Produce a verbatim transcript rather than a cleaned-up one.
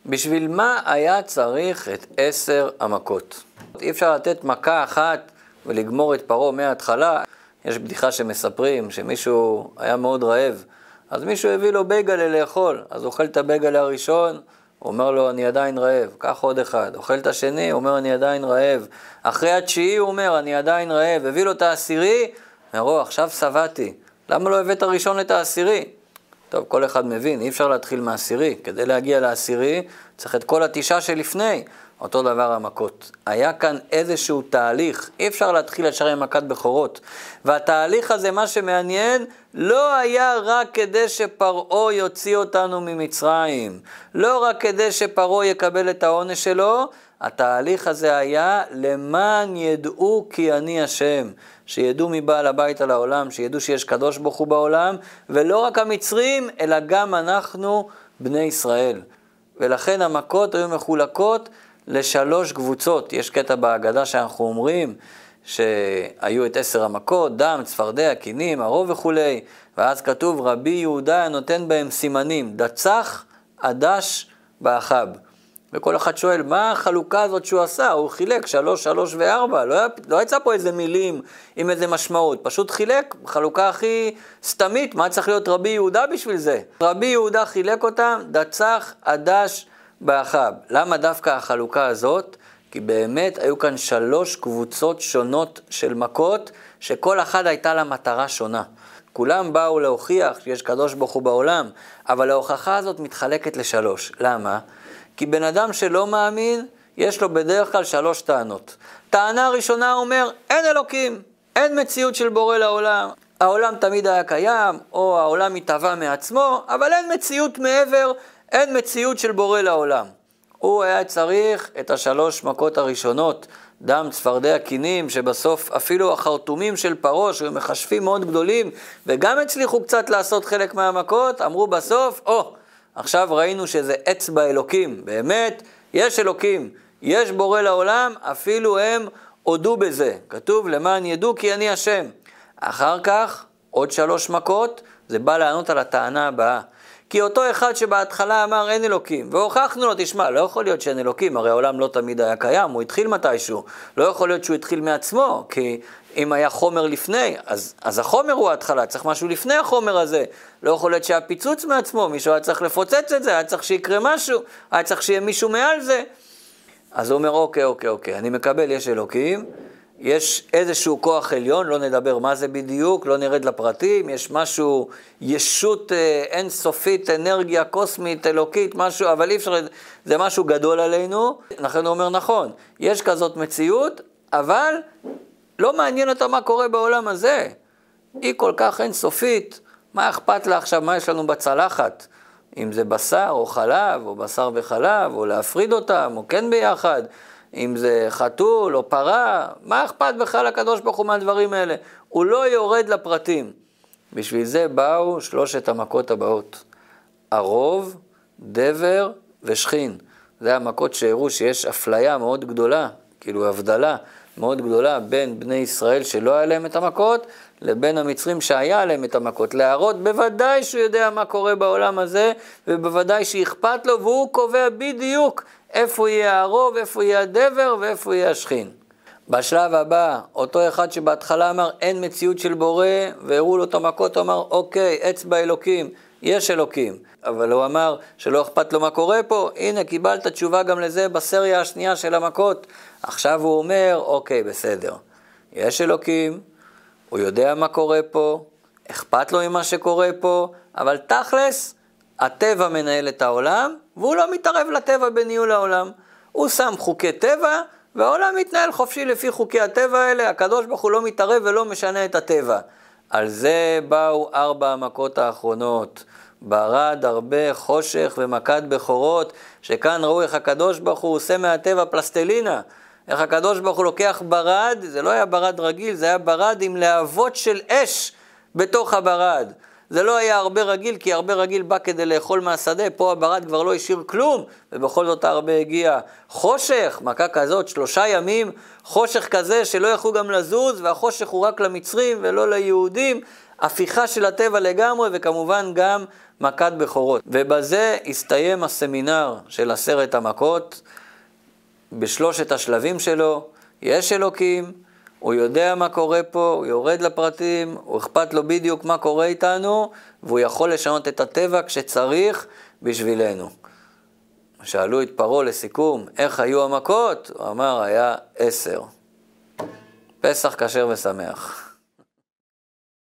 בשביל מה היה צריך את עשר המכות? אי אפשר לתת מכה אחת ולגמור את פרעה מההתחלה. יש בדיחה שמספרים שמישהו היה מאוד רעב, אז מישהו הביא לו בייגלה לאכול, אז אוכל את הבייגלה הראשון, הוא אומר לו אני עדיין רעב, קח עוד אחד, אוכל את השני, הוא אומר אני עדיין רעב, אחרי התשיעי הוא אומר אני עדיין רעב, הביא לו את העשירי, אומר עכשיו סבתי, למה לא הבאת הראשון את העשירי? טוב, כל אחד מבין, אי אפשר להתחיל מהעשירי, כדי להגיע לעשירי צריך את כל התשעה שלפני, אותו דבר המכות. היה כאן איזשהו תהליך, אי אפשר להתחיל ישר עם מכת בכורות, והתהליך הזה, מה שמעניין, לא היה רק כדי שפרעה יוציא אותנו ממצרים, לא רק כדי שפרעה יקבל את העונש שלו, התהליך הזה היה למען ידעו כי אני השם, שידעו מבעל הבית על העולם, שידעו שיש קדוש ברוך הוא בעולם, ולא רק המצרים, אלא גם אנחנו בני ישראל. ולכן המכות היו מחולקות לשלוש קבוצות. יש קטע בהגדה שאנחנו אומרים שהיו את עשר המכות, דם, צפרדע, קינים, ערוב וכו'. ואז כתוב רבי יהודה נותן בהם סימנים, דצח, עדש, באחב. וכל אחד שואל, מה החלוקה הזאת שהוא עשה? הוא חילק שלוש, שלוש וארבע, לא, לא יצא פה איזה מילים עם איזה משמעות, פשוט חילק, חלוקה הכי סתמית, מה צריך להיות רבי יהודה בשביל זה? רבי יהודה חילק אותם, דצח, עדש, באחב. למה דווקא החלוקה הזאת? כי באמת היו כאן שלוש קבוצות שונות של מכות, שכל אחד הייתה לה מטרה שונה. כולם באו להוכיח שיש קדוש ברוך הוא בעולם, אבל ההוכחה הזאת מתחלקת לשלוש. למה? כי בן אדם שלא מאמין, יש לו בדרך כלל שלוש טענות. טענה ראשונה אומר, אין אלוקים, אין מציאות של בורא לעולם. העולם תמיד היה קיים, או העולם מתהווה מעצמו, אבל אין מציאות מעבר, אין מציאות של בורא לעולם. הוא היה צריך את השלוש מכות הראשונות, דם, צפרדע, קינים, שבסוף אפילו החרטומים של פרעה, שהיו מחשבים מאוד גדולים, וגם הצליחו קצת לעשות חלק מהמכות, אמרו בסוף, או, עכשיו ראינו שזה אצבע אלוקים, באמת, יש אלוקים, יש בורא לעולם, אפילו הם הודו בזה. כתוב למען ידעו כי אני השם. אחר כך, עוד שלוש מכות, זה בא לענות על הטענה הבאה. כי אותו אחד שבהתחלה אמר אין אלוקים, והוכחנו לו, תשמע, לא יכול להיות שאין אלוקים, הרי העולם לא תמיד היה קיים, הוא התחיל מתישהו, לא יכול להיות שהוא התחיל מעצמו, כי אם היה חומר לפני, אז, אז החומר הוא ההתחלה, צריך משהו לפני החומר הזה, לא יכול להיות שהיה פיצוץ מעצמו, מישהו היה צריך לפוצץ את זה, היה צריך שיקרה משהו, היה צריך שיהיה מישהו מעל זה. אז הוא אומר, אוקיי, אוקיי, אוקיי, אני מקבל, יש אלוקים, יש איזשהו כוח עליון, לא נדבר מה זה בדיוק, לא נרד לפרטים, יש משהו, ישות אה, אינסופית, אנרגיה קוסמית, אלוקית, משהו, אבל אי אפשר, זה משהו גדול עלינו. לכן הוא אומר, נכון, יש כזאת מציאות, אבל לא מעניין אותה מה קורה בעולם הזה. היא כל כך אינסופית, מה אכפת לה עכשיו, מה יש לנו בצלחת? אם זה בשר או חלב, או בשר וחלב, או להפריד אותם, או כן ביחד. אם זה חתול או פרה, מה אכפת בכלל הקדוש ברוך הוא מהדברים האלה? הוא לא יורד לפרטים. בשביל זה באו שלושת המכות הבאות. ערוב, דבר ושכין. זה המכות שהראו שיש אפליה מאוד גדולה, כאילו הבדלה מאוד גדולה בין בני ישראל שלא היה להם את המכות, לבין המצרים שהיה להם את המכות. להראות בוודאי שהוא יודע מה קורה בעולם הזה, ובוודאי שאכפת לו, והוא קובע בדיוק איפה יהיה הערוב, איפה יהיה הדבר ואיפה יהיה השכין. בשלב הבא, אותו אחד שבהתחלה אמר אין מציאות של בורא, והראו לו את המכות, הוא אמר אוקיי, אצבע אלוקים, יש אלוקים. אבל הוא אמר שלא אכפת לו מה קורה פה, הנה קיבלת תשובה גם לזה בסריה השנייה של המכות. עכשיו הוא אומר אוקיי בסדר, יש אלוקים, הוא יודע מה קורה פה, אכפת לו ממה שקורה פה, אבל תכלס, הטבע מנהל את העולם, והוא לא מתערב לטבע בניהול העולם. הוא שם חוקי טבע, והעולם מתנהל חופשי לפי חוקי הטבע האלה, הקדוש ברוך הוא לא מתערב ולא משנה את הטבע. על זה באו ארבע המכות האחרונות. ברד הרבה חושך ומכת בכורות, שכאן ראו איך הקדוש ברוך הוא עושה מהטבע פלסטלינה. איך הקדוש ברוך הוא לוקח ברד, זה לא היה ברד רגיל, זה היה ברד עם להבות של אש בתוך הברד. זה לא היה הרבה רגיל, כי הרבה רגיל בא כדי לאכול מהשדה, פה הברד כבר לא השאיר כלום, ובכל זאת הרבה הגיע. חושך, מכה כזאת, שלושה ימים, חושך כזה שלא יכלו גם לזוז, והחושך הוא רק למצרים ולא ליהודים, הפיכה של הטבע לגמרי, וכמובן גם מכת בכורות. ובזה הסתיים הסמינר של עשרת המכות, בשלושת השלבים שלו. יש אלוקים, הוא יודע מה קורה פה, הוא יורד לפרטים, הוא אכפת לו בדיוק מה קורה איתנו, והוא יכול לשנות את הטבע כשצריך בשבילנו. שאלו את פרעה לסיכום, איך היו המכות? הוא אמר, היה עשר. פסח כשר ושמח.